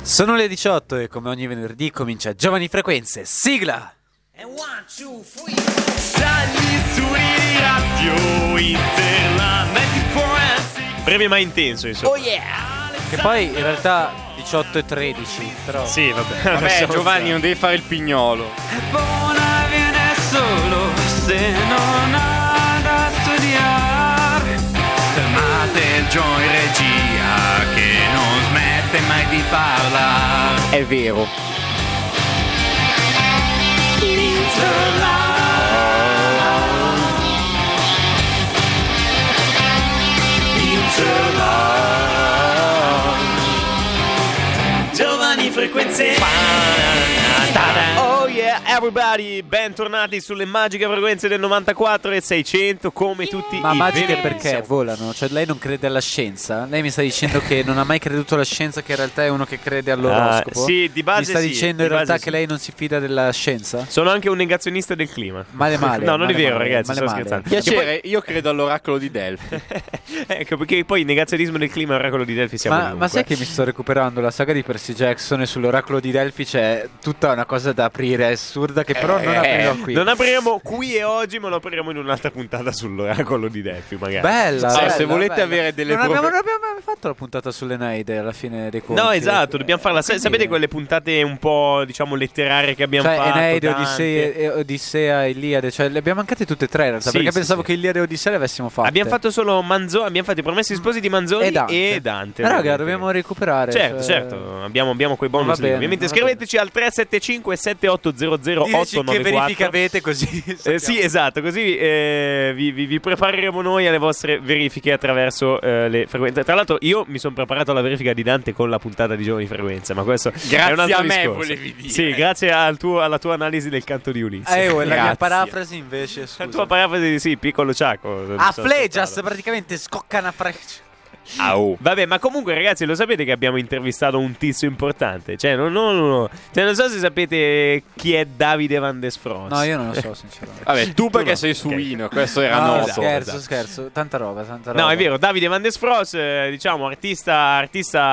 Sono le 18 e come ogni venerdì comincia Giovani Frequenze, sigla! Dagli studi di radio Internet Forensic. Breve ma intenso, insomma. Oh yeah! Che poi in realtà 18 e 13, però... Sì, vabbè. Vabbè, Giovanni, non devi fare il pignolo. È buona viene solo se non ha da studiare. Fermate il Joy regia che non smette mai di parlare. È vero. Giovani Frequenze. Oh yeah, everybody! Bentornati sulle magiche frequenze del 94 e 600 come tutti Ma i magiche venerdì. perché volano? Cioè lei non crede alla scienza? Lei mi sta dicendo che non ha mai creduto alla scienza, che in realtà è uno che crede all'oroscopo? Sì, di base mi sta sì, dicendo di in realtà base che sì. lei non si fida della scienza? Sono anche un negazionista del clima. Male male. No, non male è vero, male, ragazzi, male sto male. scherzando. Piacere, io credo all'oracolo di Delfi. Ecco, perché poi il negazionismo del clima e l'oracolo di Delfi siamo Ma ovunque. sai che mi sto recuperando la saga di Percy Jackson e sull'oracolo di Delfi c'è tutta una cosa da aprire assurda che però non aprirò qui. Non apriremo qui e oggi, ma lo apriremo in un'altra puntata sull'oracolo di Delfi, magari. Bella, Sì, bella, se volete bella. avere delle non abbiamo, prove- non abbiamo mai fatto la puntata sull'Eneide alla fine dei conti. No, esatto, dobbiamo farla. Quindi- Sapete quelle puntate un po', diciamo, letterarie che abbiamo Cioè fatto? Eneide, Dante? Odissea, Iliade, cioè le abbiamo mancate tutte e tre in realtà, Sì, perché sì, pensavo sì. che Iliade e Odissea le avessimo fatte. Abbiamo fatto solo Manzoni, abbiamo fatto i Promessi Sposi di Manzoni e Dante. Raga, ovviamente. dobbiamo recuperare. Certo, cioè- certo, abbiamo quei bonus Va lì. bene, Ovviamente va scriveteci al 375 7800 Diteci che 894. verifica avete così. Sì, esatto, così vi prepareremo noi alle vostre verifiche attraverso le frequenze. Tra l'altro io mi sono preparato alla verifica di Dante con la puntata di Giovani Frequenze, ma questo è un altro a me, discorso. volevi dire. Sì, grazie alla tua analisi del canto di Ulisse. La mia Grazie. parafrasi invece, scusa. La tua parafrasi, sì, piccolo Ciaco. A Flegias praticamente scocca una freccia. Vabbè, ma comunque, ragazzi, lo sapete che abbiamo intervistato un tizio importante? Cioè, non so se sapete chi è Davide Van Desfros. No, io non lo so, sinceramente. Vabbè, tu perché no. sei suino, questo era No, noto. scherzo, tanta roba. No, è vero, Davide Van Desfros, diciamo, artista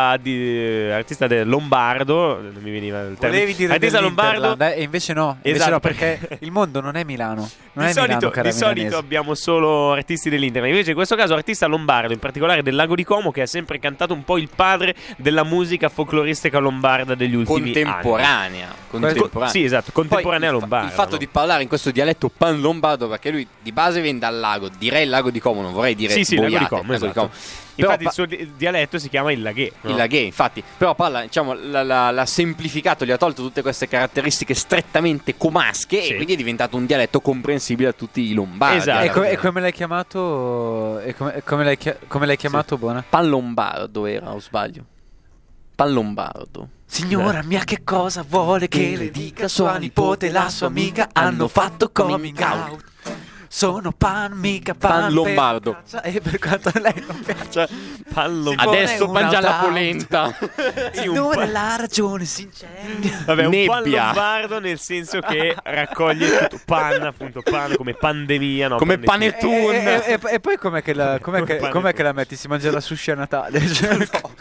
lombardo. Non mi veniva il termine. Volevi dire artista lombardo. e invece no, Esatto, perché il mondo non è Milano. Non Di è Milano, solito, cara di solito milanese. abbiamo solo artisti dell'Internet. Invece in questo caso artista lombardo, in particolare del Lago di Como, che ha sempre cantato un po' il padre della musica folcloristica lombarda degli ultimi Contemporanea. anni. Sì, esatto, contemporanea Poi, lombarda. Il fatto no? di parlare in questo dialetto pan lombardo, perché lui di base viene dal lago, direi il lago di Como, non vorrei dire Sì, Lago di boiate, Como, Lago di esatto. Como. Però Infatti il suo dialetto si chiama il Laghe. No? il laghe, infatti, però parla, diciamo, l'ha semplificato, gli ha tolto tutte queste caratteristiche strettamente comasche Sì. e quindi è diventato un dialetto comprensibile a tutti i lombardi. Esatto. E come l'hai chiamato? Come l'hai chiamato, Buona? Pan lombardo era, o sbaglio? Pan lombardo. Signora mia, che cosa vuole che le dica? Sua nipote e la sua amica hanno fatto coming out. Sono pan, mica pan. Pan lombardo. E per quanto a lei non piace, Pan lombardo. Adesso pone mangia un la out. polenta. Sì, un dove pan- la ragione si incendia. Vabbè, un pan Nebbia. lombardo nel senso che raccoglie tutto. Pan, appunto, pan come pandemia, no? Come Panettone. panettone. E poi com'è che la metti? Si mangia la sushi a Natale? Cioè,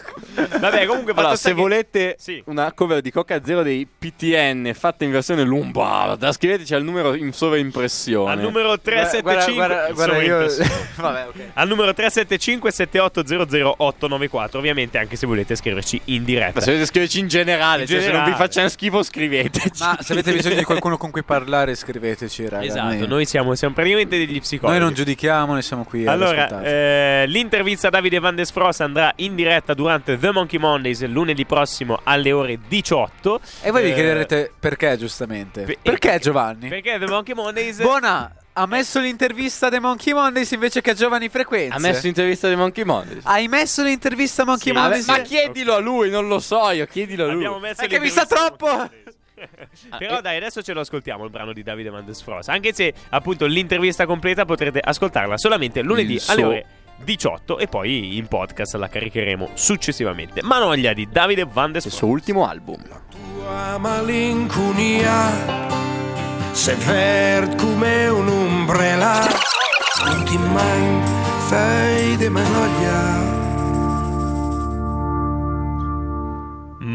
Vabbè, comunque fatto Allora, sta se che- volete Sì. una cover di Coca Zero dei PTN fatta in versione lombarda, scriveteci al numero in sovraimpressione. Al numero 375 guarda, io. sovraimpressione. Vabbè, ok. Al numero 375 7800 894, ovviamente, anche se volete scriverci in diretta. Ma se volete scriverci in generale, In cioè se non generale. vi facciamo schifo scriveteci. Ma se avete bisogno di qualcuno con cui parlare, scriveteci, raga. Esatto, noi siamo praticamente degli psicologi. noi non giudichiamo, ne siamo qui. ad Allora, ascoltare. l'intervista a Davide Van Desfros andrà in diretta durante The Monkey Mondays lunedì prossimo alle ore 18. E voi vi Eh, chiederete perché, giustamente? Perché Giovanni? Perché The Monkey Mondays Buona, ha messo l'intervista dei Monkey Mondays invece che a Giovani Frequenze. Ha messo intervista di Monkey Mondays. Hai messo l'intervista a Monkey Sì, Mondays? Ma chiedilo a lui, non lo so io, chiedilo a lui. abbiamo messo Perché mi sa l'intervista a troppo. Monkey Mondays. Però dai, adesso ce lo ascoltiamo il brano di Davide Van Desfros. Anche se appunto l'intervista completa potrete ascoltarla solamente lunedì Il alle suo- ore 18 e poi in podcast la caricheremo successivamente. Manoglia di Davide Van Il Desfros. suo ultimo album. Tua malinconia sei verd come un'ombrella, non ti mai fai de manoglia.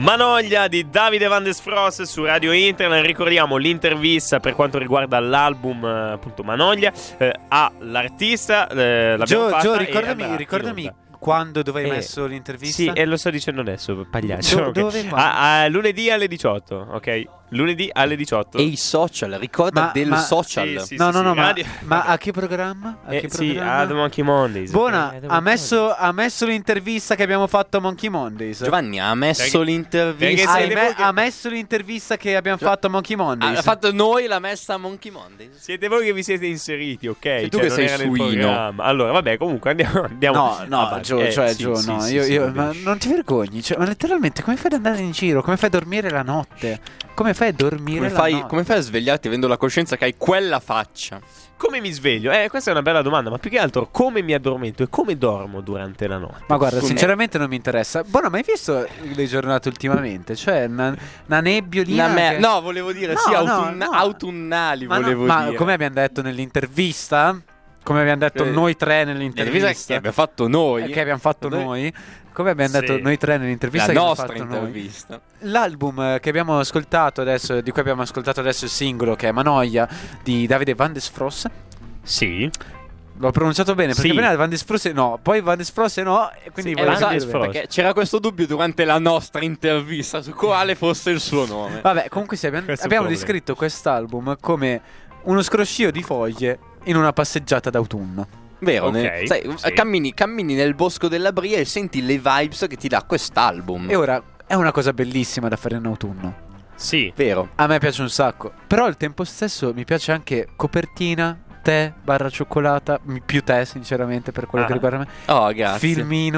Manoglia di Davide Van der Frost su Radio Internet. Ricordiamo l'intervista per quanto riguarda l'album appunto Manoglia all'artista. L'abbiamo fatta. Gio, ricordami quando, dove hai messo l'intervista? Sì, e lo sto dicendo adesso, pagliaccio. Dove? Lunedì alle 18, ok? Lunedì alle 18. E i social, ricorda social. Sì, no, radio... ma a che programma? Sì, a The Monkey Mondays. Buona, ha messo l'intervista che abbiamo fatto a Monkey Mondays. Giovanni ha messo l'intervista. Ha messo l'intervista che abbiamo fatto a Monkey Mondays. Ha fatto noi, l'ha messa a Monkey Mondays. Siete voi che vi siete inseriti, ok? E tu che sei suino. Allora, vabbè, comunque andiamo. No, Gio, ma non ti vergogni? Cioè, ma letteralmente, come fai ad andare in giro? Come fai a dormire la notte? Come fai a dormire la notte? Come fai a svegliarti avendo la coscienza che hai quella faccia? Come mi sveglio? Questa è una bella domanda, ma più che altro come mi addormento e come dormo durante la notte? Ma guarda, sinceramente non mi interessa. Buono, ma hai visto le giornate ultimamente? Cioè, una nebbiolina No, volevo dire, autunnali, ma come abbiamo detto nell'intervista? Come abbiamo detto noi tre nell'intervista che abbiamo fatto noi. Che abbiamo fatto noi. Come abbiamo detto noi tre nell'intervista, la che nostra abbiamo fatto intervista. Noi. L'album che abbiamo ascoltato adesso, di cui abbiamo ascoltato adesso il singolo, che è Manoglia di Davide Van der Frost. Sì. L'ho pronunciato bene, perché prima Van der Frost no, poi Van der Frost no, e quindi perché c'era questo dubbio durante la nostra intervista su quale fosse il suo nome. Vabbè, comunque sì, abbiamo descritto quest'album come uno scroscio di foglie in una passeggiata d'autunno. Vero, okay, cammini nel bosco della Bria e senti le vibes che ti dà quest'album. E ora è una cosa bellissima da fare in autunno. Sì, vero. A me piace un sacco. Però al tempo stesso mi piace anche copertina, tè, /cioccolata, più tè sinceramente per quello che riguarda me. Oh, grazie.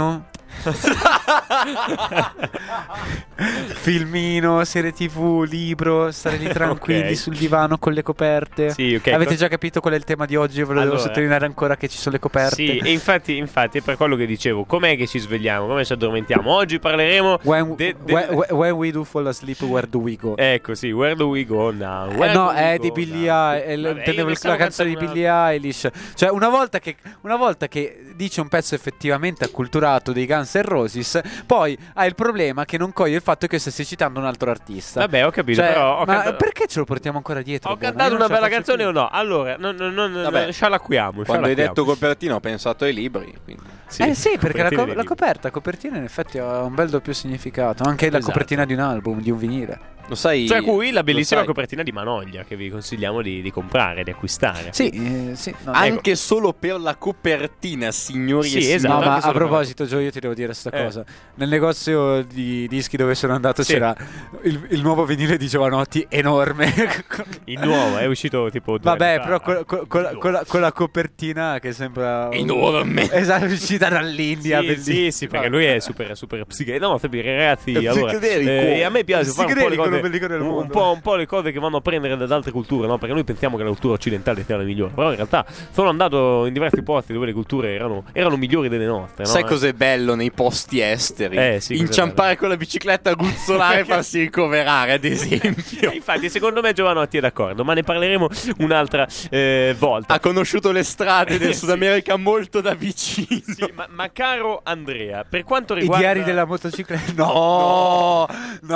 Filmino, serie TV, libro, stare lì tranquilli sul divano con le coperte. Sì, okay. Avete già capito qual è il tema di oggi? Io ve lo devo sottolineare ancora che ci sono le coperte. Sì, e infatti è per quello che dicevo. Com'è che ci svegliamo? Come ci addormentiamo? Oggi parleremo when we do fall asleep, where do we go? Ecco, sì, where do we go now? È di Billie Eilish. Intendevo la canzone di Billie Eilish. Cioè, una volta che dice un pezzo effettivamente acculturato dei Guns N' Roses, poi hai il problema che non coglie il fatto che stessi citando un altro artista. Vabbè, ho capito, però perché ce lo portiamo ancora dietro? Ho cantato una bella canzone o no? Allora, non scialacquiamo. Quando hai detto copertina ho pensato ai libri, quindi. Sì, perché la copertina in effetti ha un bel doppio significato. Anche la copertina di un album, di un vinile. Lo sai. Tra cui la bellissima copertina di Manoglia che vi consigliamo di comprare, di acquistare. Anche solo per la copertina, signori e signori. No, ma a proposito, Gio, io ti devo dire questa cosa. Nel negozio di dischi dove sono andato c'era il nuovo vinile di Giovanotti enorme. Il nuovo è uscito tipo però con la copertina che sembra enorme. Esatto, uscita dall'India. Sì, perché lui è super psichedelico. No, ragazzi, allora, a me piace fare un po' le cose che vanno a prendere da altre culture, no? Perché noi pensiamo che la cultura occidentale sia la migliore, però in realtà sono andato in diversi posti dove le culture erano migliori delle nostre, no? Sai cos'è bello nei posti esteri? Inciampare con la bicicletta, guzzolare e farsi ricoverare, ad esempio. Infatti, secondo me Giovanotti è d'accordo, ma ne parleremo un'altra volta. Ha conosciuto le strade del Sud America molto da vicino. Sì, ma caro Andrea, per quanto riguarda i diari della motocicletta, no.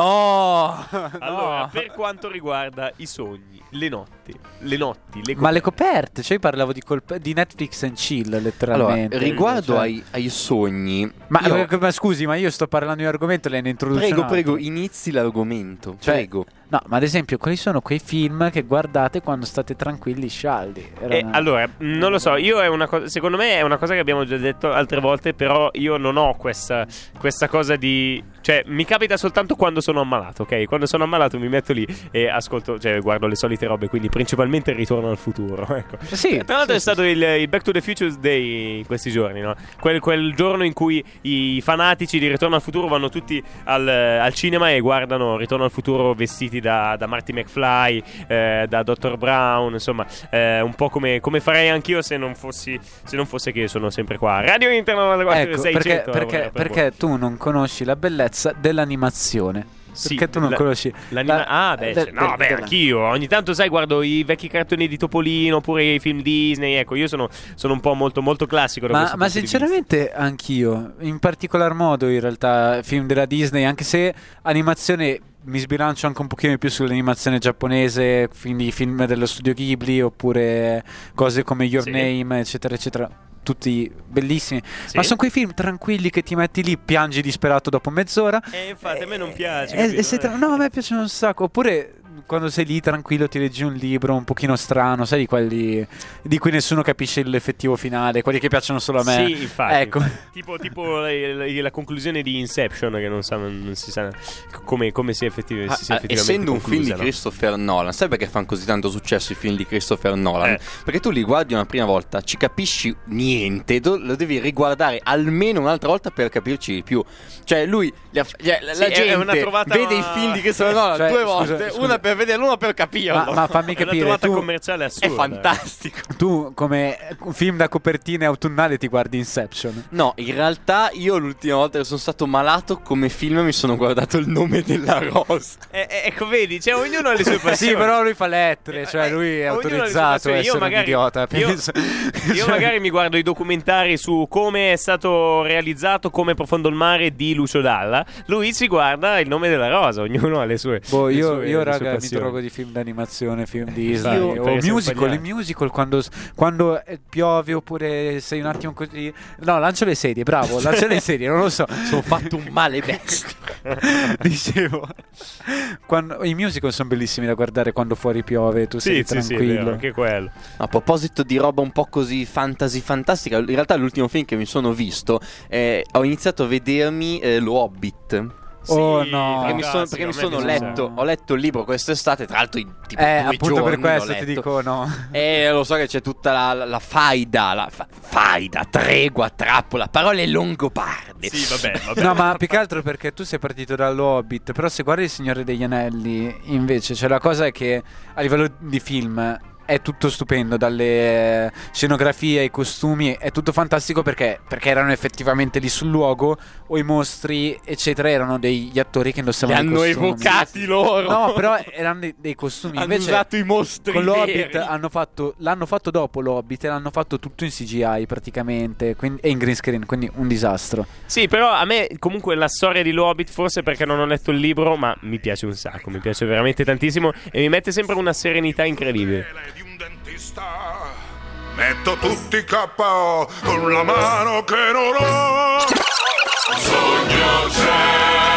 Allora, per quanto riguarda i sogni, le notti, ma le coperte, cioè io parlavo di Netflix and chill, letteralmente. Allora, riguardo ai sogni, ma scusi, ma io sto parlando di un argomento, lei ne introduce. Prego, inizi l'argomento. Prego. No, ma ad esempio, quali sono quei film che guardate quando state tranquilli, scialdi? Allora, non lo so, secondo me è una cosa che abbiamo già detto altre volte, però io non ho questa cosa di... Cioè, mi capita soltanto quando sono ammalato, ok? Quando sono ammalato mi metto lì e ascolto, cioè guardo le solite robe, quindi principalmente il Ritorno al futuro, ecco. Sì. Tra l'altro è stato il Back to the Future Day in questi giorni, no? Quel giorno in cui i fanatici di Ritorno al futuro vanno tutti al cinema e guardano Ritorno al futuro vestiti da Marty McFly, da Dr. Brown, insomma, un po' come farei anch'io se non fosse che sono sempre qua. Radio Internet 94 600. Perché tu non conosci la bellezza dell'animazione. Sì, Perché tu non conosci anch'io. Ogni tanto, sai, guardo i vecchi cartoni di Topolino oppure i film Disney. Ecco, io sono un po' molto, molto classico da questo Ma punto di vista. sinceramente anch'io, in particolar modo in realtà film della Disney, anche se animazione mi sbilancio anche un pochino di più sull'animazione giapponese, quindi film dello studio Ghibli oppure cose come Your Name, eccetera eccetera, tutti bellissimi. Ma sono quei film tranquilli che ti metti lì, piangi disperato dopo mezz'ora. Infatti a me non piace. No, a me piacciono un sacco. Oppure quando sei lì tranquillo ti leggi un libro un pochino strano, sai, di quelli di cui nessuno capisce l'effettivo finale, quelli che piacciono solo a me. Sì, infatti. Ecco. Tipo la conclusione di Inception, che non si sa come sia effettivamente essendo un film di no? Christopher Nolan, sai perché fanno così tanto successo i film di Christopher Nolan? Perché tu li guardi una prima volta, ci capisci niente, lo devi riguardare almeno un'altra volta per capirci di più. Cioè lui la gente vede i film di Christopher Nolan due volte, una per vederlo, una per capirlo. Ma fammi capire, è una trovata commerciale assurda. È fantastico. Tu come un film da copertina autunnale ti guardi Inception? No, in realtà io l'ultima volta che sono stato malato come film mi sono guardato Il nome della rosa. Ecco, vedi, cioè ognuno ha le sue passioni. Sì, però lui fa lettere, cioè lui è autorizzato a essere un idiota. Io magari mi guardo i documentari su come è stato realizzato Come profondo il mare di Lucio Dalla. Lui si guarda Il nome della rosa, ognuno ha le sue. Io raga mi drogo di film d'animazione, film Disney o musical. I musical quando piove oppure sei un attimo così. No, lancio le sedie, bravo, lancio le sedie, non lo so. Sono fatto un male bestia. Dicevo, i musical sono bellissimi da guardare quando fuori piove, tu sei tranquillo. Sì, anche quello. A proposito di roba un po' così fantastica, in realtà l'ultimo film che mi sono visto ho iniziato a vedermi Lo Hobbit. Oh no, perché mi sono letto, ho letto il libro quest'estate, tra l'altro in tipo 2 appunto giorni per questo l'ho ti letto. dico no. Lo so che c'è tutta la faida, tregua, trappola, parole longobarde. Sì, vabbè. No, ma più che altro perché tu sei partito dallo Hobbit, però se guardi Il Signore degli Anelli, invece, cioè la cosa è che a livello di film è tutto stupendo, dalle scenografie ai costumi, è tutto fantastico perché erano effettivamente lì sul luogo, o i mostri eccetera erano degli attori che indossavano i costumi. Li hanno evocati loro. No, però erano dei costumi. Hanno invece usato i mostri con veri. l'Hobbit l'hanno fatto dopo l'Hobbit e l'hanno fatto tutto in CGI praticamente, e in green screen, quindi un disastro. Sì, però a me comunque la storia di Hobbit, forse perché non ho letto il libro, ma mi piace un sacco, mi piace veramente tantissimo e mi mette sempre una serenità incredibile. Di un dentista metto tutti i KO con la mano che non ho. Sogno c'è.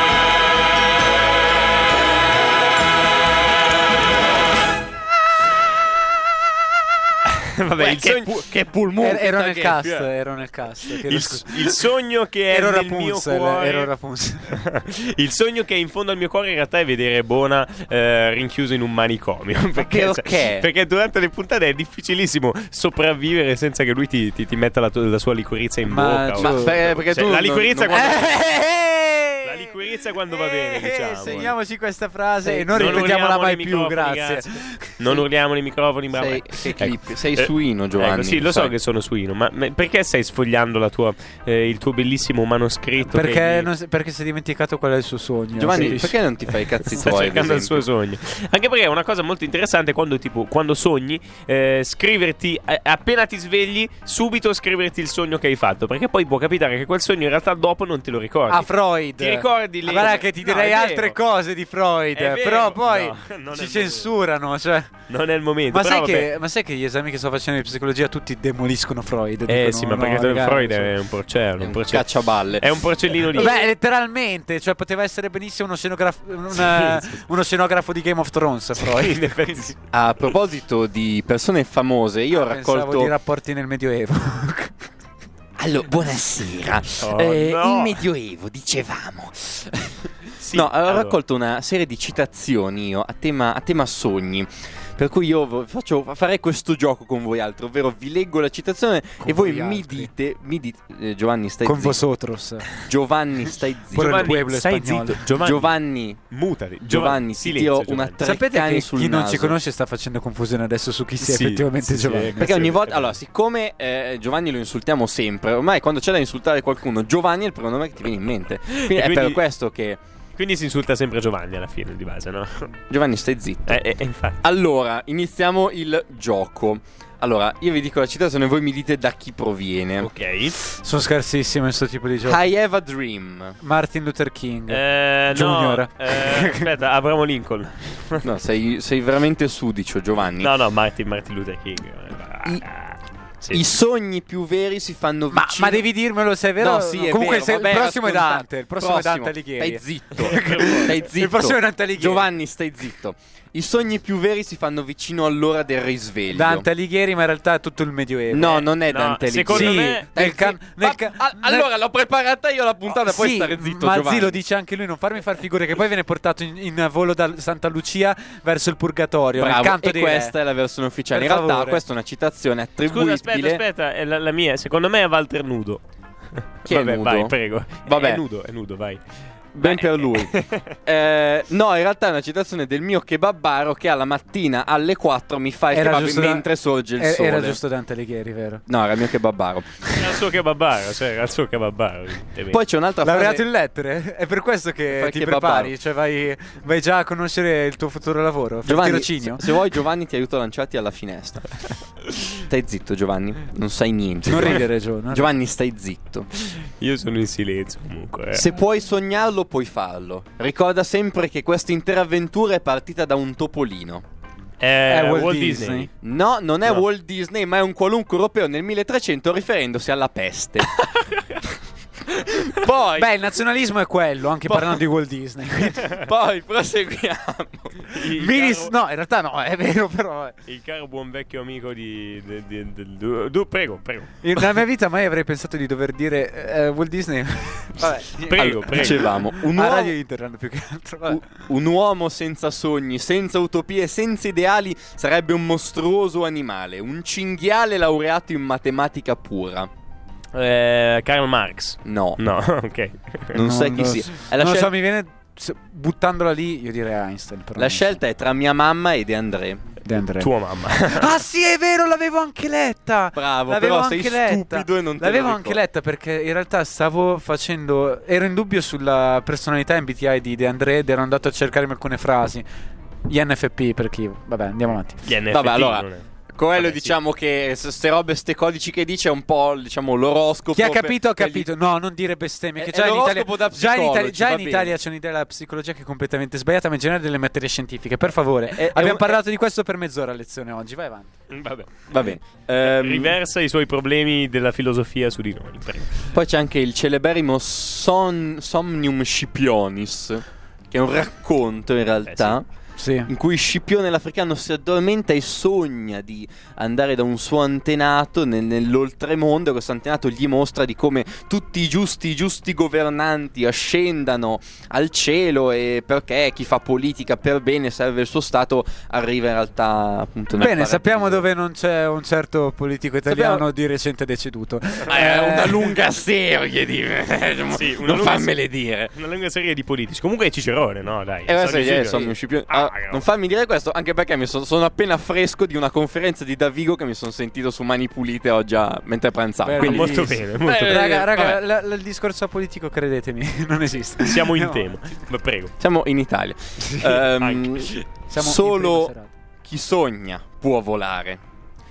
Vabbè, il sogno che pulmone. Ero nel cast. Il sogno che è nel mio cuore. Ero Rapunzel. Il sogno che è in fondo al mio cuore in realtà è vedere Bona rinchiuso in un manicomio. Perché durante le puntate è difficilissimo sopravvivere senza che lui ti metta la sua liquirizia in bocca. Perché tu la liquirizia quando La liquirizia quando va bene, diciamo. Segniamoci questa frase e non ripetiamola mai più, grazie. Non urliamo nei microfoni, bravo. Sei suino, Giovanni. Sì, lo so che sono suino, ma perché stai sfogliando il tuo bellissimo manoscritto? Perché si è dimenticato qual è il suo sogno. Giovanni, perché non ti fai i cazzi sta tuoi? cercando il suo sogno. Anche perché è una cosa molto interessante quando sogni, scriverti appena ti svegli, subito scriverti il sogno che hai fatto, perché poi può capitare che quel sogno in realtà dopo non te lo ricordi. Freud. Ti ricordi lì? Guarda che ti direi altre cose di Freud, però poi ci censurano, cioè. Non è il momento. Ma sai che gli esami che sto facendo di psicologia tutti demoliscono Freud? Sì, ma perché Freud è un porcello, un cacciaballe. È un porcellino lì. Beh, letteralmente, cioè poteva essere benissimo uno scenografo di Game of Thrones, Freud. In effetti sì. A proposito di persone famose, io ho raccolto pensavo di rapporti nel Medioevo. Allora, buonasera. No. Il Medioevo, dicevamo. Sì, ho raccolto una serie di citazioni io a tema sogni. Per cui io farei questo gioco con voi altri, ovvero vi leggo la citazione e voi mi dite Giovanni stai con zitto. Vosotros. Giovanni stai zitto. Giovanni stai spagnolo. zitto. Giovanni mutati. Giovanni ti tiro una Sapete che sul chi non naso. ci conosce sta facendo confusione adesso su chi sia Sì, effettivamente sì, Giovanni. Perché ogni volta, allora, siccome Giovanni lo insultiamo sempre, ormai quando c'è da insultare qualcuno, Giovanni è il primo nome che ti viene in mente. Quindi è per questo che Quindi si insulta sempre Giovanni alla fine di base, no? Giovanni, stai zitto. Infatti. Allora, iniziamo il gioco. Allora, io vi dico la citazione e voi mi dite da chi proviene. Ok. Sono scarsissimo in questo tipo di gioco. I have a dream. Martin Luther King Junior. Junior. Aspetta, Abramo Lincoln. No, sei veramente sudicio, Giovanni. No, Martin Luther King. Sì. I sogni più veri si fanno vicino. Ma devi dirmelo se è vero. No, sì, è comunque vero. Vabbè, il prossimo è ascolta. Dante. Il prossimo è Dante Alighieri. Stai zitto. Stai zitto. Il prossimo è Dante Alighieri. Giovanni, stai zitto. I sogni più veri si fanno vicino all'ora del risveglio. Dante Alighieri, ma in realtà è tutto il Medioevo. No, non è Dante Alighieri. Secondo me allora l'ho preparata io la puntata, poi stare zitto, ma Giovanni. lo dice anche lui, non farmi far figure, che poi viene portato in volo da Santa Lucia verso il Purgatorio. Bravo, nel canto e dei questa re. è la versione ufficiale. Per In realtà favore. questa è una citazione attribuibile. Scusa, aspetta, è la mia. Secondo me è Walter Nudo. Chi è Vabbè, nudo? vai, prego. Vabbè. È nudo, vai. Ben per lui. No, in realtà è una citazione del mio kebabbaro che alla mattina alle 4 mi fa il Era kebab giusto mentre sorge il sole. Era giusto Dante Alighieri, vero? No, era il mio kebabbaro. Era il suo kebabbaro, Poi c'è un'altra Laureato frase. in lettere? È per questo che Fai ti kebabbaro. prepari? Cioè vai già a conoscere il tuo futuro lavoro? Fai il Giovanni, tirocinio? se vuoi Giovanni ti aiuto a lanciarti alla finestra. Stai zitto, Giovanni. Non sai niente. Non ridere, Gio. Giovanni, stai zitto. Io sono in silenzio comunque. Se puoi sognarlo, puoi farlo. Ricorda sempre che questa intera avventura è partita da un topolino. Walt Disney. No, non è No. Walt Disney, ma è un qualunque europeo nel 1300 riferendosi alla peste. Poi, Beh, il nazionalismo è quello, anche parlando di Walt Disney. poi proseguiamo. No, in realtà no, è vero, però. Il caro buon vecchio amico prego. Nella mia vita mai avrei pensato di dover dire Walt Disney. Vabbè, Prego. Dicevamo, a Radio Internet più che altro. Vabbè. un uomo senza sogni, senza utopie, senza ideali sarebbe un mostruoso animale, un cinghiale laureato in matematica pura. Karl Marx. No, Ok. non sai chi lo sia. so. È la Non lo scel- so, mi viene buttandola lì, io direi Einstein. Però La non so. scelta è tra mia mamma e De André. De André. Tua mamma. Ah sì, è vero, l'avevo anche letta. Bravo, L'avevo però sei anche letta. stupido e non te L'avevo lo anche ricordi. letta perché in realtà ero in dubbio sulla personalità MBTI di De André ed ero andato a cercarmi alcune frasi. INFP per chi. Vabbè, andiamo avanti. Gli NFT, Vabbè, allora, non è. Quello Vabbè, diciamo che ste robe, ste codici che dice è un po', diciamo, l'oroscopo. Chi ha capito ha per capito. No, non dire bestemmie. Che È già in Italia, l'oroscopo da già in Italia, psicologi, già va in bene. Italia c'è un'idea della psicologia che è completamente sbagliata, ma in generale delle materie scientifiche. Per favore, abbiamo parlato di questo per mezz'ora a lezione oggi. Vai avanti. Vabbè. Va bene. Riversa i suoi problemi della filosofia su di noi. Prego. Poi c'è anche il celeberrimo Somnium Scipionis, che è un racconto in realtà. Sì. In cui Scipione l'africano si addormenta e sogna di andare da un suo antenato nell'oltremondo, e questo antenato gli mostra di come tutti i giusti governanti ascendano al cielo, e perché chi fa politica per bene serve il suo stato arriva in realtà appunto nel Bene, paradiso. sappiamo dove non c'è un certo politico italiano Sappiamo- di recente deceduto. È una lunga serie di Sì, una non lunga fammele dire. Una lunga serie di politici. Comunque è Cicerone, no? Dai. E adesso Cicerone. Somnium Scipione. Ah, Non farmi dire questo, anche perché sono appena fresco di una conferenza di Davigo che mi sono sentito su Mani Pulite oggi mentre pranzavo. Beh, Quindi molto bene, molto bene. Raga, vabbè. il discorso politico, credetemi, non esiste. Siamo in No. tema. Ma prego. Siamo in Italia. Anche. Siamo in Solo prima serata. chi sogna può volare.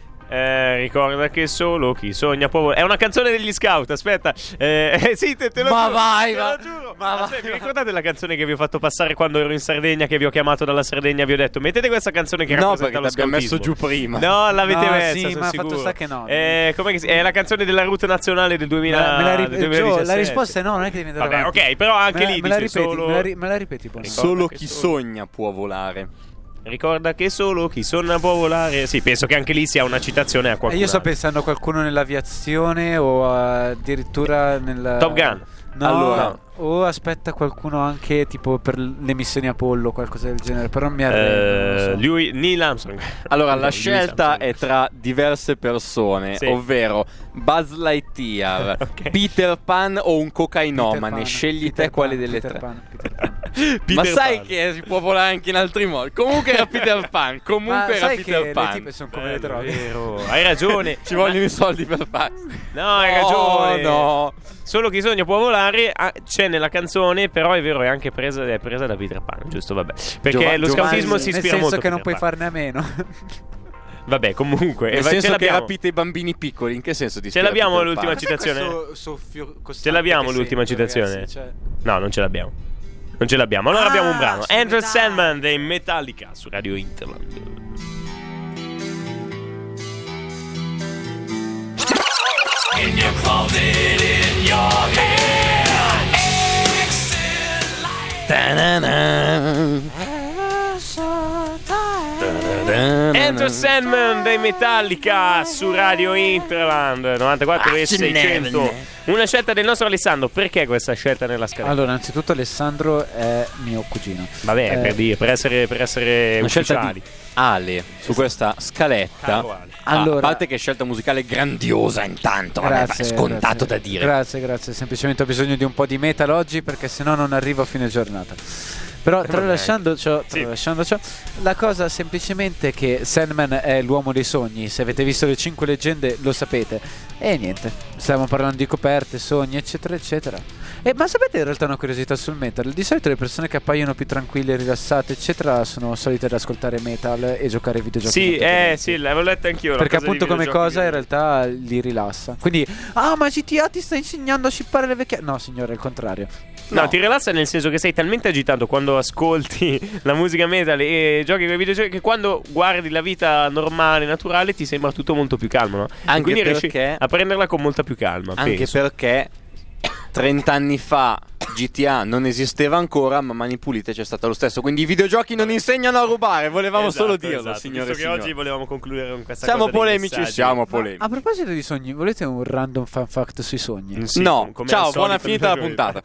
Ricorda che solo chi sogna può volare. È una canzone degli Scout, aspetta. Sì, te lo Ma giuro. vai, te va. lo giuro. Ma vai, Aspetta, vi va. ricordate la canzone che vi ho fatto passare quando ero in Sardegna, che vi ho chiamato dalla Sardegna, vi ho detto mettete questa canzone che No, rappresenta perché lo l'abbiamo messo scoutismo. giù prima. No, l'avete No, messa, sì, sono ma sicuro. fatto sta che no. Com'è che è la canzone della route nazionale del 2000 Me la del 2017. la risposta è no, non è che devi andare Vabbè, avanti. ok, però anche lì me la dice ripeti, solo me la ripeti, buono. Ricorda Solo che chi solo- sogna può volare. Ricorda che solo chi sogna può volare. Sì, penso che anche lì sia una citazione a qualcuno. Io sto pensando a qualcuno nell'aviazione o addirittura nel Top Gun. No, Allora. o aspetta qualcuno anche tipo per le missioni Apollo, qualcosa del genere, però non mi arrendo. non lo so. Neil Armstrong. Allora, la Louis scelta Armstrong. è tra diverse persone, Sì. ovvero Buzz Lightyear, Ok. Peter Pan o un cocainomane. Peter Pan, Scegli Peter te quale Pan, delle Peter tre. Pan, Peter Pan. Ma sai Pan. che si può volare anche in altri modi. Comunque era Peter Pan. Ma Comunque era sai Peter che Pan. le tipe sono come le Bello, droghe. vero. Hai ragione. Ci vogliono i soldi per fare. No, hai ragione. No. Solo chi sogna può volare. C'è nella canzone, però è vero, è anche presa da Peter Pan, giusto? Vabbè. Perché lo scautismo si ispira nel molto senso a che non Peter puoi Pan. farne a meno. Vabbè, comunque. Nel ce senso che l'abbiamo. rapite i bambini piccoli. In che senso ti Ce ispira l'abbiamo Peter l'ultima Pan? citazione? Ce Ce l'abbiamo l'ultima citazione? No, non ce l'abbiamo. Non ce l'abbiamo. Allora abbiamo un brano. Andrew Sandman dei Metallica su Radio Interland. In your closet, in your head. Andrew Sandman dei Metallica su Radio Interland 94,600. Una scelta del nostro Alessandro. Perché questa scelta nella scaletta? Allora, innanzitutto Alessandro è mio cugino. Vabbè, per essere Una scelta ufficiali. di Ale su questa scaletta. Caro Ale. Allora- a parte che scelta musicale grandiosa intanto, vabbè, è scontato da dire. Grazie. Semplicemente ho bisogno di un po' di metal oggi perché sennò non arrivo a fine giornata. Però tralasciando ciò, la cosa semplicemente è che Sandman è l'uomo dei sogni. Se avete visto le 5 leggende lo sapete. E niente, stiamo parlando di coperte, sogni, eccetera, eccetera. Ma sapete in realtà una curiosità sul metal? Di solito le persone che appaiono più tranquille, rilassate, eccetera, sono solite ad ascoltare metal e giocare ai videogiochi. Sì, molto violenti. sì, l'avevo letta anch'io. la Perché cosa appunto dei come videogiochi cosa in violenti. realtà li rilassa. Quindi, ma GTA ti sta insegnando a shippare le vecchie. No, signore, è il contrario. No, ti rilassa nel senso che sei talmente agitato quando ascolti la musica metal e giochi con i videogiochi che quando guardi la vita normale, naturale, ti sembra tutto molto più calmo, no? Anche E quindi riesci perché- a prenderla con molta più calma. Anche penso. perché 30 anni fa GTA non esisteva ancora, ma Mani Pulite c'è stato lo stesso. Quindi i videogiochi non insegnano a rubare. Volevamo solo dirlo, signore e Visto che signori. oggi volevamo concludere con questa Siamo cosa dei polemici, messaggi. siamo polemici. A proposito di sogni, volete un random fan fact sui sogni? Sì, No, come ciao, al solito buona finita la noi- puntata.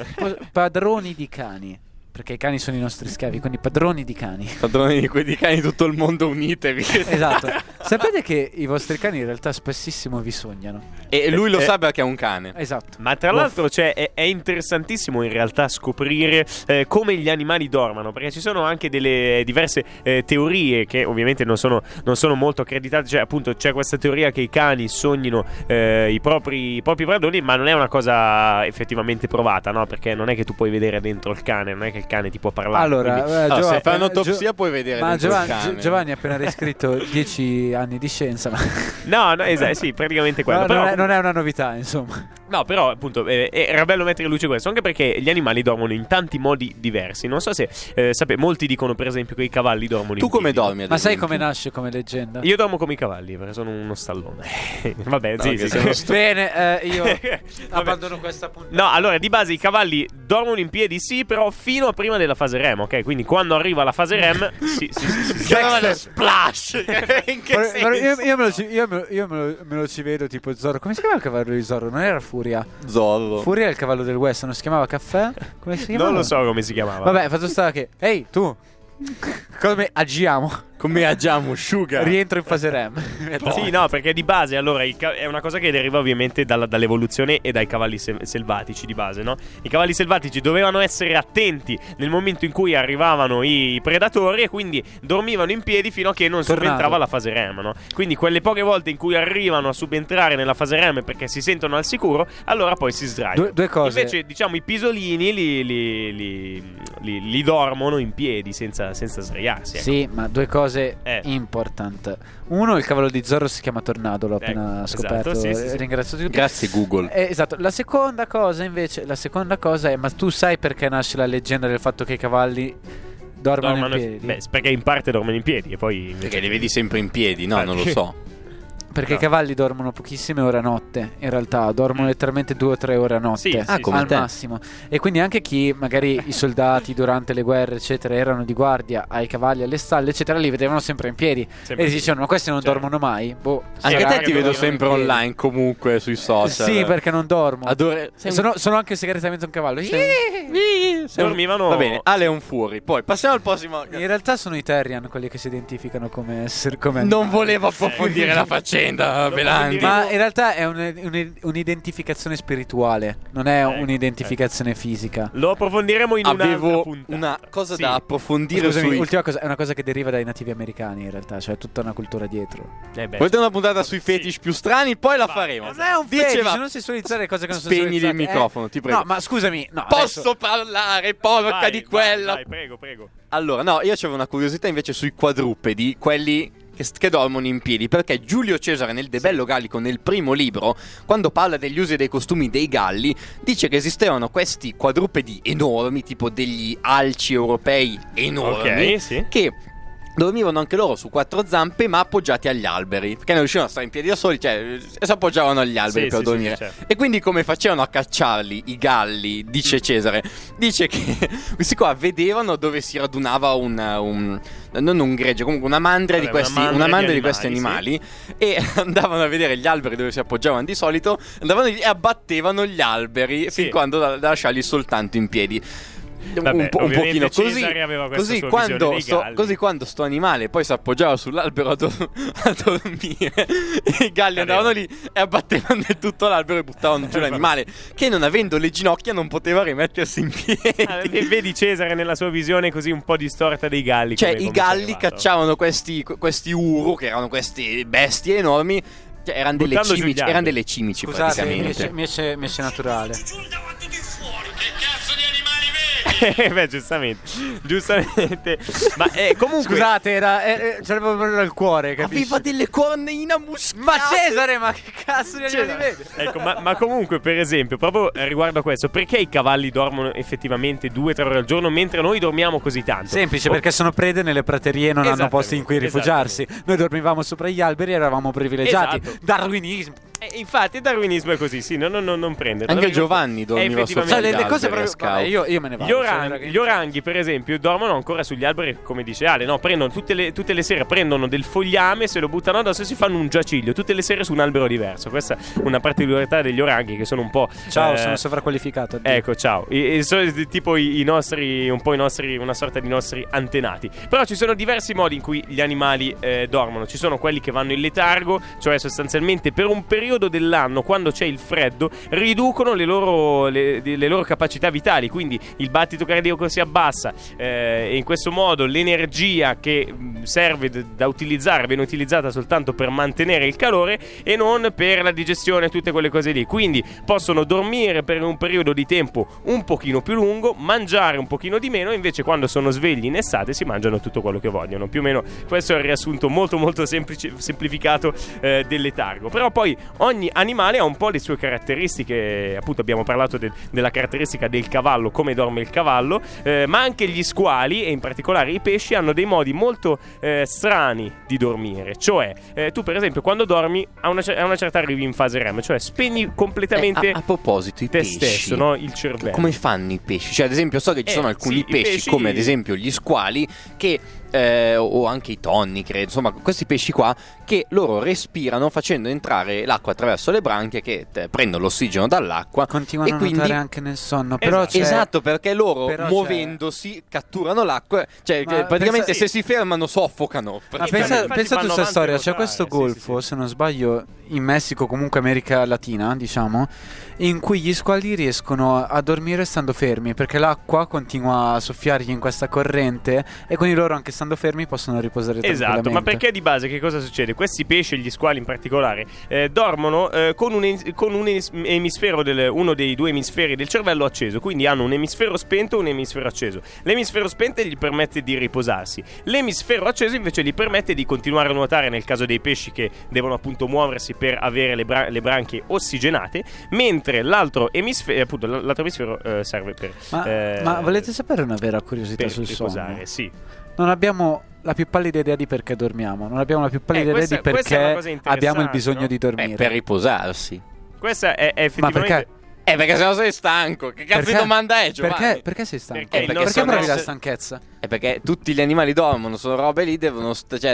Padroni di cani. Perché i cani sono i nostri schiavi, quindi padroni di cani. Padroni di quei di cani di tutto il mondo, unitevi. Esatto. Sapete che i vostri cani in realtà spessissimo vi sognano? E lui lo sa perché è un cane. Esatto. Ma tra l'altro è interessantissimo in realtà scoprire come gli animali dormano, perché ci sono anche delle diverse teorie che ovviamente non sono molto accreditate. Cioè appunto c'è questa teoria che i cani sognino i propri padroni, ma non è una cosa effettivamente provata, no? Perché non è che tu puoi vedere dentro il cane, non è che il cane ti può parlare. Allora, quindi- Se fai un'autopsia puoi vedere ma dentro il Giovanni, cane. Giovanni ha appena riscritto 10 anni di scienza. Ma no, esatto, sì, praticamente quello. no, Però, non è una novità, insomma. no, però appunto era bello mettere in luce questo, anche perché gli animali dormono in tanti modi diversi. Non so se molti dicono per esempio che i cavalli dormono Tu in come piedi. dormi? ad Ma sai esempio? come nasce come leggenda? Io dormo come i cavalli perché sono uno stallone. Vabbè, No, sì, che sì. sei uno Bene, io Vabbè. abbandono questa puntata. No, allora di base i cavalli dormono in piedi, sì, però fino a prima della fase REM, ok? Quindi quando arriva la fase REM, sì. Splash! In che senso? Io me lo ci vedo tipo Zorro. Come si chiama il cavallo di Zorro? Non era Furia. Zorro. Furia è il cavallo del West, non si chiamava Caffè? Come si chiamava? Non lo so come si chiamava. Vabbè, fatto sta che ehi, tu. Come agiamo? Come agiamo, Sugar? Rientro in fase REM. Sì, no, perché di base allora è una cosa che deriva ovviamente dall'evoluzione e dai cavalli selvatici di base, no? I cavalli selvatici dovevano essere attenti nel momento in cui arrivavano i predatori e quindi dormivano in piedi fino a che non Tornado. subentrava la fase REM, no? Quindi quelle poche volte in cui arrivano a subentrare nella fase REM perché si sentono al sicuro, allora poi si sdraiano. Due cose. Invece, diciamo, i pisolini li dormono in piedi senza sdraiarsi. Ecco. Sì, ma due cose importanti. Uno, il cavallo di Zorro si chiama Tornado, l'ho appena esatto, scoperto. sì. Ringrazio tutti. Grazie Google. Esatto, la seconda cosa è, ma tu sai perché nasce la leggenda del fatto che i cavalli dormono in piedi? Beh, perché in parte dormono in piedi e poi invece- Perché li vedi sempre in piedi, no? Non lo so. Perché No. i cavalli dormono pochissime ore a notte. In realtà dormono letteralmente 2 o 3 ore a notte. Sì, sì, sì. come al te. massimo. E quindi anche chi, magari i soldati durante le guerre, eccetera, erano di guardia ai cavalli, alle stalle, eccetera, li vedevano sempre in piedi. Sempre e sì. dicevano: ma questi non Cioè. dormono mai? Boh, Anche sarà te che ti vedo dormono sempre in piedi. online comunque sui social. Sì, perché non dormo. Sei un- Sono anche segretamente un cavallo. sei un- dormivano. Va bene, Ale è un fuori. Poi passiamo al prossimo. In realtà sono i Terrian quelli che si identificano come esseri. Come Non volevo approfondire la faccenda. leggenda, Belanti. Ma in realtà è un'identificazione spirituale, non è un'identificazione fisica. Lo approfondiremo in un'altra Avevo puntata. una cosa da approfondire. Scusami, sui... ultima cosa, è una cosa che deriva dai nativi americani in realtà, cioè tutta una cultura dietro. Volete una puntata sui fetish più strani? Poi la faremo. Non è un fetish, non sessualizzare cose che non sono Spegni sessualizzate. il microfono, ti prego. No, ma scusami, no, Posso parlare, porca di quella. Vai, prego. Allora, no, io avevo una curiosità invece sui quadrupedi, quelli che dormono in piedi, perché Giulio Cesare nel De Bello Gallico, nel primo libro, quando parla degli usi e dei costumi dei Galli, dice che esistevano questi quadrupedi enormi, tipo degli alci europei enormi, Ok, sì. che dormivano anche loro su 4 zampe, ma appoggiati agli alberi, perché non riuscivano a stare in piedi da soli, cioè si appoggiavano agli alberi Sì, per sì, dormire. sì, certo. E quindi come facevano a cacciarli i galli, dice Cesare? Dice che questi qua vedevano dove si radunava non un gregge, comunque una mandria di questi, di questi animali, e andavano a vedere gli alberi dove si appoggiavano di solito, andavano lì e abbattevano gli alberi fin quando da lasciarli soltanto in piedi. Vabbè, un pochino Cesare aveva questa sua visione dei galli. così quando sto animale poi si appoggiava sull'albero a dormire, i galli andavano lì e abbattevano del tutto l'albero e buttavano giù l'animale, che non avendo le ginocchia non poteva rimettersi in piedi. Vedi Cesare nella sua visione così un po' distorta dei galli. Cioè come i galli arrivato. cacciavano questi uru, che erano queste bestie enormi, cioè erano delle Buttando giù gli alberi. cimici Scusate, praticamente. mi esce naturale. Beh, giustamente. Ma comunque. Scusate, c'avevo proprio il cuore, capisci? Aveva delle corneina muscate. Ma Cesare, ma che cazzo di animali vede? Ecco, ma comunque, per esempio, proprio riguardo a questo, perché i cavalli dormono effettivamente 2-3 ore al giorno mentre noi dormiamo così tanto? Semplice, perché sono prede nelle praterie e non hanno posti in cui rifugiarsi. Noi dormivamo sopra gli alberi e eravamo privilegiati. Esatto. Darwinismo. Infatti il darwinismo è così, sì, non prende. Anche Giovanni dormiva sopra Cioè, gli le cose alberi proprio. a Vabbè, scout. io me ne vado. Gli oranghi, per esempio, dormono ancora sugli alberi, come dice Ale, no? Prendono tutte le sere, prendono del fogliame, se lo buttano addosso e si fanno un giaciglio tutte le sere su un albero diverso. Questa è una particolarità degli oranghi, che sono un po'. Ciao, sono sovraqualificato. Addio. Ecco, ciao. Sono tipo i nostri, una sorta di nostri antenati. Però ci sono diversi modi in cui gli animali dormono. Ci sono quelli che vanno in letargo, cioè sostanzialmente per un periodo dell'anno, quando c'è il freddo, riducono le loro capacità vitali, quindi il battito cardiaco si abbassa, e in questo modo l'energia che serve da utilizzare viene utilizzata soltanto per mantenere il calore e non per la digestione, tutte quelle cose lì. Quindi possono dormire per un periodo di tempo un pochino più lungo, mangiare un pochino di meno, invece quando sono svegli in estate si mangiano tutto quello che vogliono. Più o meno questo è il riassunto molto molto semplificato del letargo. Però poi ogni animale ha un po' le sue caratteristiche. Appunto abbiamo parlato della caratteristica del cavallo, come dorme il cavallo, ma anche gli squali e in particolare i pesci hanno dei modi molto strani di dormire. Cioè tu per esempio quando dormi a una certa arrivi in fase REM, cioè spegni completamente a proposito i te pesci stesso, no? Il cervello. Come fanno i pesci? Cioè ad esempio so che ci sono alcuni sì, i pesci, come ad esempio gli squali, che o anche i tonni, credo, insomma questi pesci qua, che loro respirano facendo entrare l'acqua attraverso le branchie, che prendono l'ossigeno dall'acqua, continuano e a quindi nuotare anche nel sonno. Però esatto, perché loro però muovendosi catturano l'acqua, cioè Ma praticamente pensa- se si fermano soffocano. Ma pensa Infatti tu vanno questa avanti storia, a c'è nuotare, questo sì, golfo, sì. se non sbaglio, in Messico, comunque America Latina, diciamo, in cui gli squali riescono a dormire stando fermi, perché l'acqua continua a soffiargli in questa corrente e quindi loro, anche stando fermi, possono riposare tranquillamente. Esatto, ma perché di base che cosa succede? Questi pesci, gli squali in particolare, dormono con un emisfero uno dei due emisferi del cervello acceso, quindi hanno un emisfero spento e un emisfero acceso. L'emisfero spento gli permette di riposarsi, l'emisfero acceso invece gli permette di continuare a nuotare nel caso dei pesci che devono appunto muoversi per avere le branchie ossigenate, mentre l'altro emisfero, appunto l'altro emisfero serve per ma volete sapere una vera curiosità per sul riposare, sonno? sì. Non abbiamo la più pallida idea di perché dormiamo. Non abbiamo la più pallida idea di questa è una perché cosa interessante, abbiamo il bisogno no? di dormire. Per riposarsi. Questa è effettivamente. Ma perché? Perché sennò sei stanco. Che cazzo di domanda è, Giovanni? Perché sei stanco? Perché il Perché nostro provi la essere- stanchezza? perché tutti gli animali dormono, sono robe lì, devono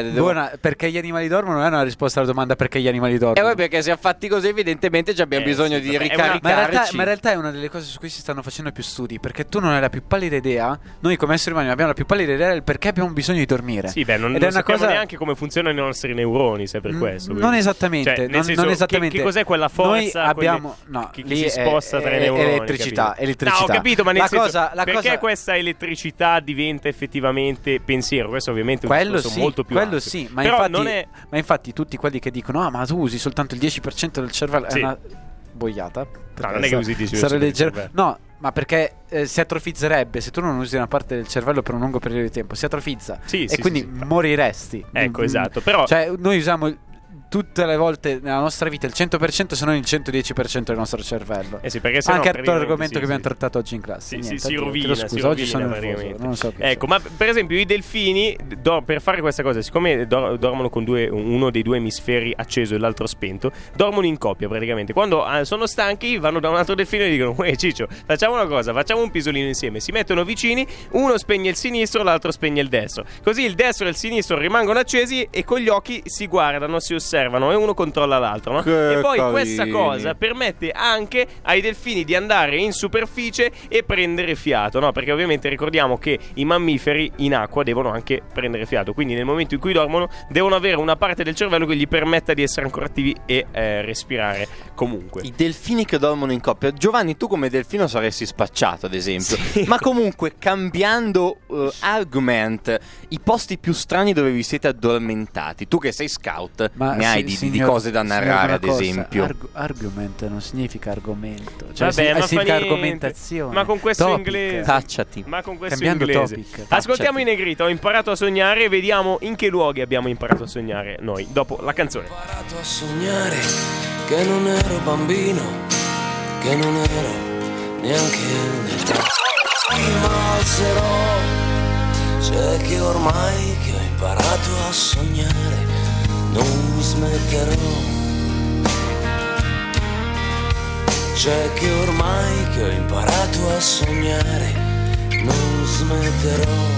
perché gli animali dormono non è una risposta alla domanda perché gli animali dormono. E poi perché siamo fatti così, evidentemente abbiamo bisogno di ricaricarci. Ma in realtà è una delle cose su cui si stanno facendo più studi, perché tu non hai la più pallida idea, noi come esseri umani abbiamo la più pallida idea del perché abbiamo bisogno di dormire. Sì, beh, non sappiamo neanche come funzionano i nostri neuroni, se è per questo. Non esattamente, cioè, non esattamente. Che cos'è quella forza? Noi abbiamo che si sposta tra i neuroni. Elettricità. No, ho capito, ma nel senso, perché cosa... questa elettricità diventa effettivamente pensiero? Questo ovviamente è un discorso molto più quello ampio. sì, ma però infatti, non è... ma infatti tutti quelli che dicono ma tu usi soltanto il 10% del cervello sì. È una boiata. No, non è che usi il 10% del cervello. No, ma perché si atrofizzerebbe se tu non usi una parte del cervello per un lungo periodo di tempo, si atrofizza e quindi moriresti. Ecco, esatto, però cioè noi usiamo tutte le volte nella nostra vita il 100% se non il 110% del nostro cervello. Sì, perché anche l'argomento che abbiamo trattato oggi in classe. Si rovina, scusa, oggi sono nervoso, non so ecco, ma per esempio i delfini per fare questa cosa, siccome dormono con uno dei due emisferi acceso e l'altro spento, dormono in coppia praticamente. Quando sono stanchi vanno da un altro delfino e dicono Ciccio, facciamo una cosa, facciamo un pisolino insieme. Si mettono vicini, uno spegne il sinistro, l'altro spegne il destro. Così il destro e il sinistro rimangono accesi e con gli occhi si guardano, si osservano e uno controlla l'altro, no? E poi questa cosa permette anche ai delfini di andare in superficie e prendere fiato, no? Perché ovviamente ricordiamo che i mammiferi in acqua devono anche prendere fiato, quindi nel momento in cui dormono devono avere una parte del cervello che gli permetta di essere ancora attivi e respirare comunque. I delfini che dormono in coppia. Giovanni, tu come delfino saresti spacciato, ad esempio. Sì. Ma comunque, cambiando argument, i posti più strani dove vi siete addormentati, tu che sei scout, ne hai di cose da narrare, ad esempio. Argument non significa argomento, cioè significa argomentazione. Ma con questo topic. inglese Tacciati. Ma con questo cambiando inglese topic. Ascoltiamo i Negrita, ho imparato a sognare e vediamo in che luoghi abbiamo imparato a sognare noi dopo la canzone. Ho imparato a sognare che non ero bambino, che non ero neanche un'età. Ma alzerò, c'è che ormai che ho imparato a sognare non mi smetterò. C'è che ormai che ho imparato a sognare non smetterò.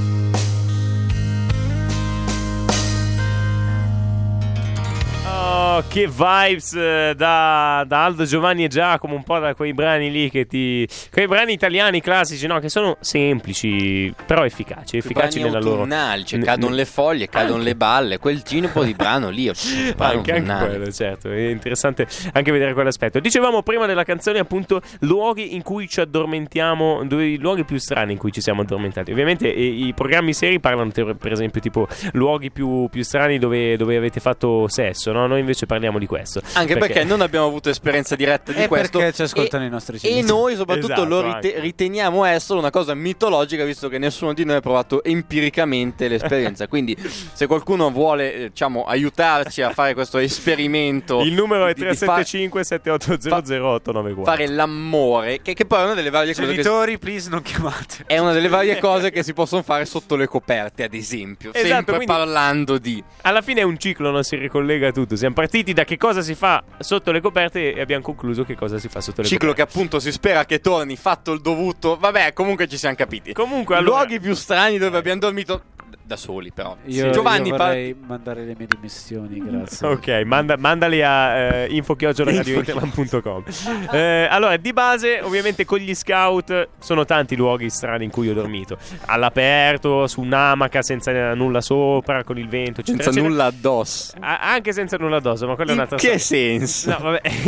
Oh, che vibes da Aldo, Giovanni e Giacomo, un po' da quei brani lì quei brani italiani classici, no? Che sono semplici però efficaci nella loro. Cioè, cadono le foglie, cadono le balle, quel tipo di brano lì. Anche quello, certo, è interessante anche vedere quell'aspetto. Dicevamo prima della canzone appunto luoghi in cui ci addormentiamo, i luoghi più strani in cui ci siamo addormentati. Ovviamente i programmi seri parlano per esempio tipo luoghi più strani dove avete fatto sesso, no? Noi invece parliamo di questo. Anche perché non abbiamo avuto esperienza diretta di questo. Perché ci ascoltano i nostri genitori. E noi soprattutto esatto, lo riteniamo essere una cosa mitologica, visto che nessuno di noi ha provato empiricamente l'esperienza. Quindi se qualcuno vuole aiutarci a fare questo esperimento, il numero è 375 7800 894. Fare l'amore, che poi è una delle varie cose. Genitori, please non chiamate. È una delle varie cose che si possono fare sotto le coperte, ad esempio. Esatto, sempre parlando di. Alla fine è un ciclo, non si ricollega a tutto. Siamo partiti da che cosa si fa sotto le coperte e abbiamo concluso che cosa si fa sotto le ciclo coperte. Che appunto si spera che torni fatto il dovuto. Vabbè, comunque ci siamo capiti. Comunque, allora, luoghi più strani dove abbiamo dormito da soli, però. Giovanni, vorrei mandare le mie dimissioni, grazie. Ok, mandali a info@radiointerland.com. Allora, di base, ovviamente con gli scout sono tanti luoghi strani in cui ho dormito. All'aperto, su un'amaca senza nulla sopra, con il vento, eccetera, senza nulla addosso. Anche senza nulla addosso, ma quella è un'altra storia. Che senso? No,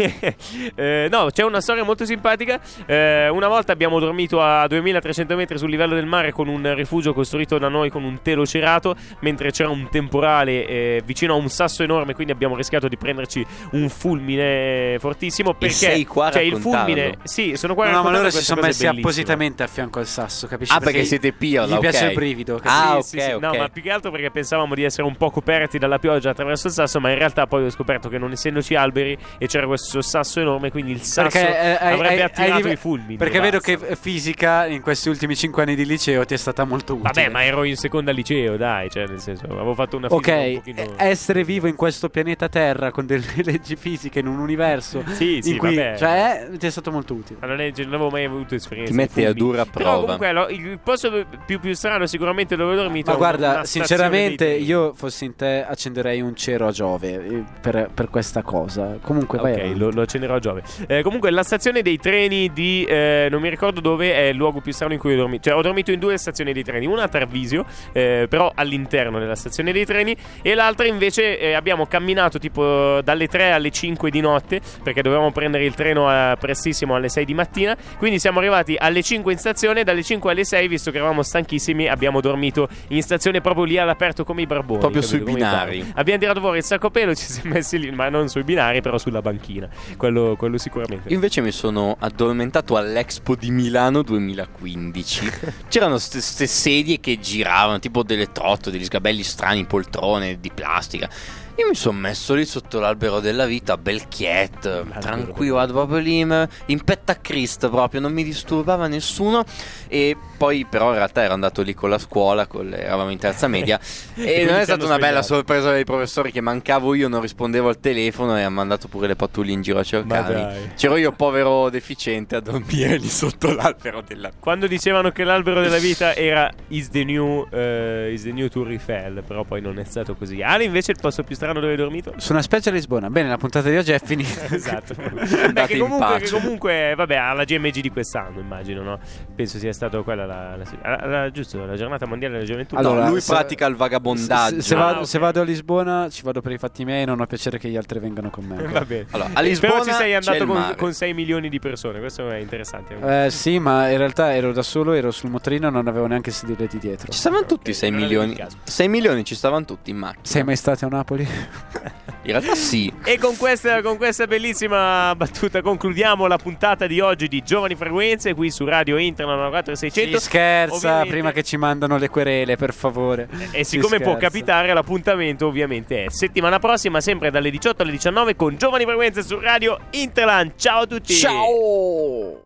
vabbè. No, c'è una storia molto simpatica. Una volta abbiamo dormito a 2300 metri sul livello del mare con un rifugio costruito da noi con un telo cerato, mentre c'era un temporale vicino a un sasso enorme, quindi abbiamo rischiato di prenderci un fulmine fortissimo. Perché sei qua a il fulmine, sì, sono qua. No, ma loro si sono messi appositamente a fianco al sasso, capisci? Perché siete pirla, gli piace il brivido. Ok. No, ma più che altro perché pensavamo di essere un po' coperti dalla pioggia attraverso il sasso, ma in realtà poi ho scoperto che non essendoci alberi e c'era questo sasso enorme, quindi il sasso avrebbe attirato i fulmini. Perché vedo che fisica in questi ultimi 5 anni di liceo ti è stata molto utile. Vabbè, ma ero in seconda liceo, liceo, dai, cioè nel senso, avevo fatto una fisica un pochino... essere vivo in questo pianeta Terra con delle leggi fisiche in un universo sì, in cui, vabbè. cioè, ti è stato molto utile. La legge non avevo mai avuto esperienza. Ti metti a dura Però prova. comunque il posto più strano sicuramente dove ho dormito. Ma guarda, una sinceramente, stazione dei treni. io fossi in te accenderei un cero a Giove per questa cosa. Comunque, vai Ok, avanti. lo accenderò a Giove. Comunque, la stazione dei treni di non mi ricordo dove è il luogo più strano in cui ho dormito. Cioè, ho dormito in 2 stazioni dei treni. Una a Tarvisio, però all'interno della stazione dei treni. E l'altra invece abbiamo camminato tipo dalle 3 alle 5 di notte, perché dovevamo prendere il treno prestissimo alle 6 di mattina. Quindi siamo arrivati alle 5 in stazione. Dalle 5 alle 6, visto che eravamo stanchissimi, abbiamo dormito in stazione proprio lì all'aperto come i barboni. Proprio capito? sui Come i binari. barboni. Abbiamo tirato fuori il sacco a pelo, ci siamo messi lì, ma non sui binari, però sulla banchina. Quello sicuramente. Io invece mi sono addormentato all'Expo di Milano 2015. C'erano queste sedie che giravano, tipo delle trotto, degli sgabelli strani, poltrone di plastica. Io mi sono messo lì sotto l'albero della vita, belchiet, tranquillo, vado proprio lì in petta a Cristo proprio, non mi disturbava nessuno. E poi però in realtà ero andato lì con la scuola, eravamo in terza media e non è stata una bella sorpresa dei professori che mancavo io, non rispondevo al telefono e hanno mandato pure le pattuglie in giro a cercarmi. C'ero io povero deficiente a dormire lì sotto l'albero della vita. Quando dicevano che l'albero della vita era is the new Tour Eiffel, però poi non è stato così. Ale invece il posto più strano dove hai dormito? Su una spiaggia a Lisbona. Bene, la puntata di oggi è finita. Esatto. Andate in pace. Che comunque, vabbè, alla GMG di quest'anno, immagino, no? Penso sia stata quella giusto, la giornata mondiale della gioventù. Allora, No, lui se- pratica il vagabondaggio. Se vado a Lisbona, ci vado per i fatti miei. Non ho piacere che gli altri vengano con me. Va bene. Allora, a Lisbona però ci sei c'è andato il mare. con 6 milioni di persone. Questo è interessante. Sì, ma in realtà ero da solo, ero sul motorino, non avevo neanche sedile di dietro. Ci stavano tutti Ok, 6 non avevi milioni. il caso. 6 milioni ci stavano tutti in macchina. Sei mai stato a Napoli? In realtà sì. E con questa bellissima battuta concludiamo la puntata di oggi di Giovani Frequenze qui su Radio Internet 94600. Si scherza, Ovviamente- prima che ci mandano le querele, per favore. E Si siccome può scherza. capitare, l'appuntamento ovviamente è settimana prossima, sempre dalle 18 alle 19 con Giovani Frequenze su Radio Interland. Ciao a tutti. Ciao.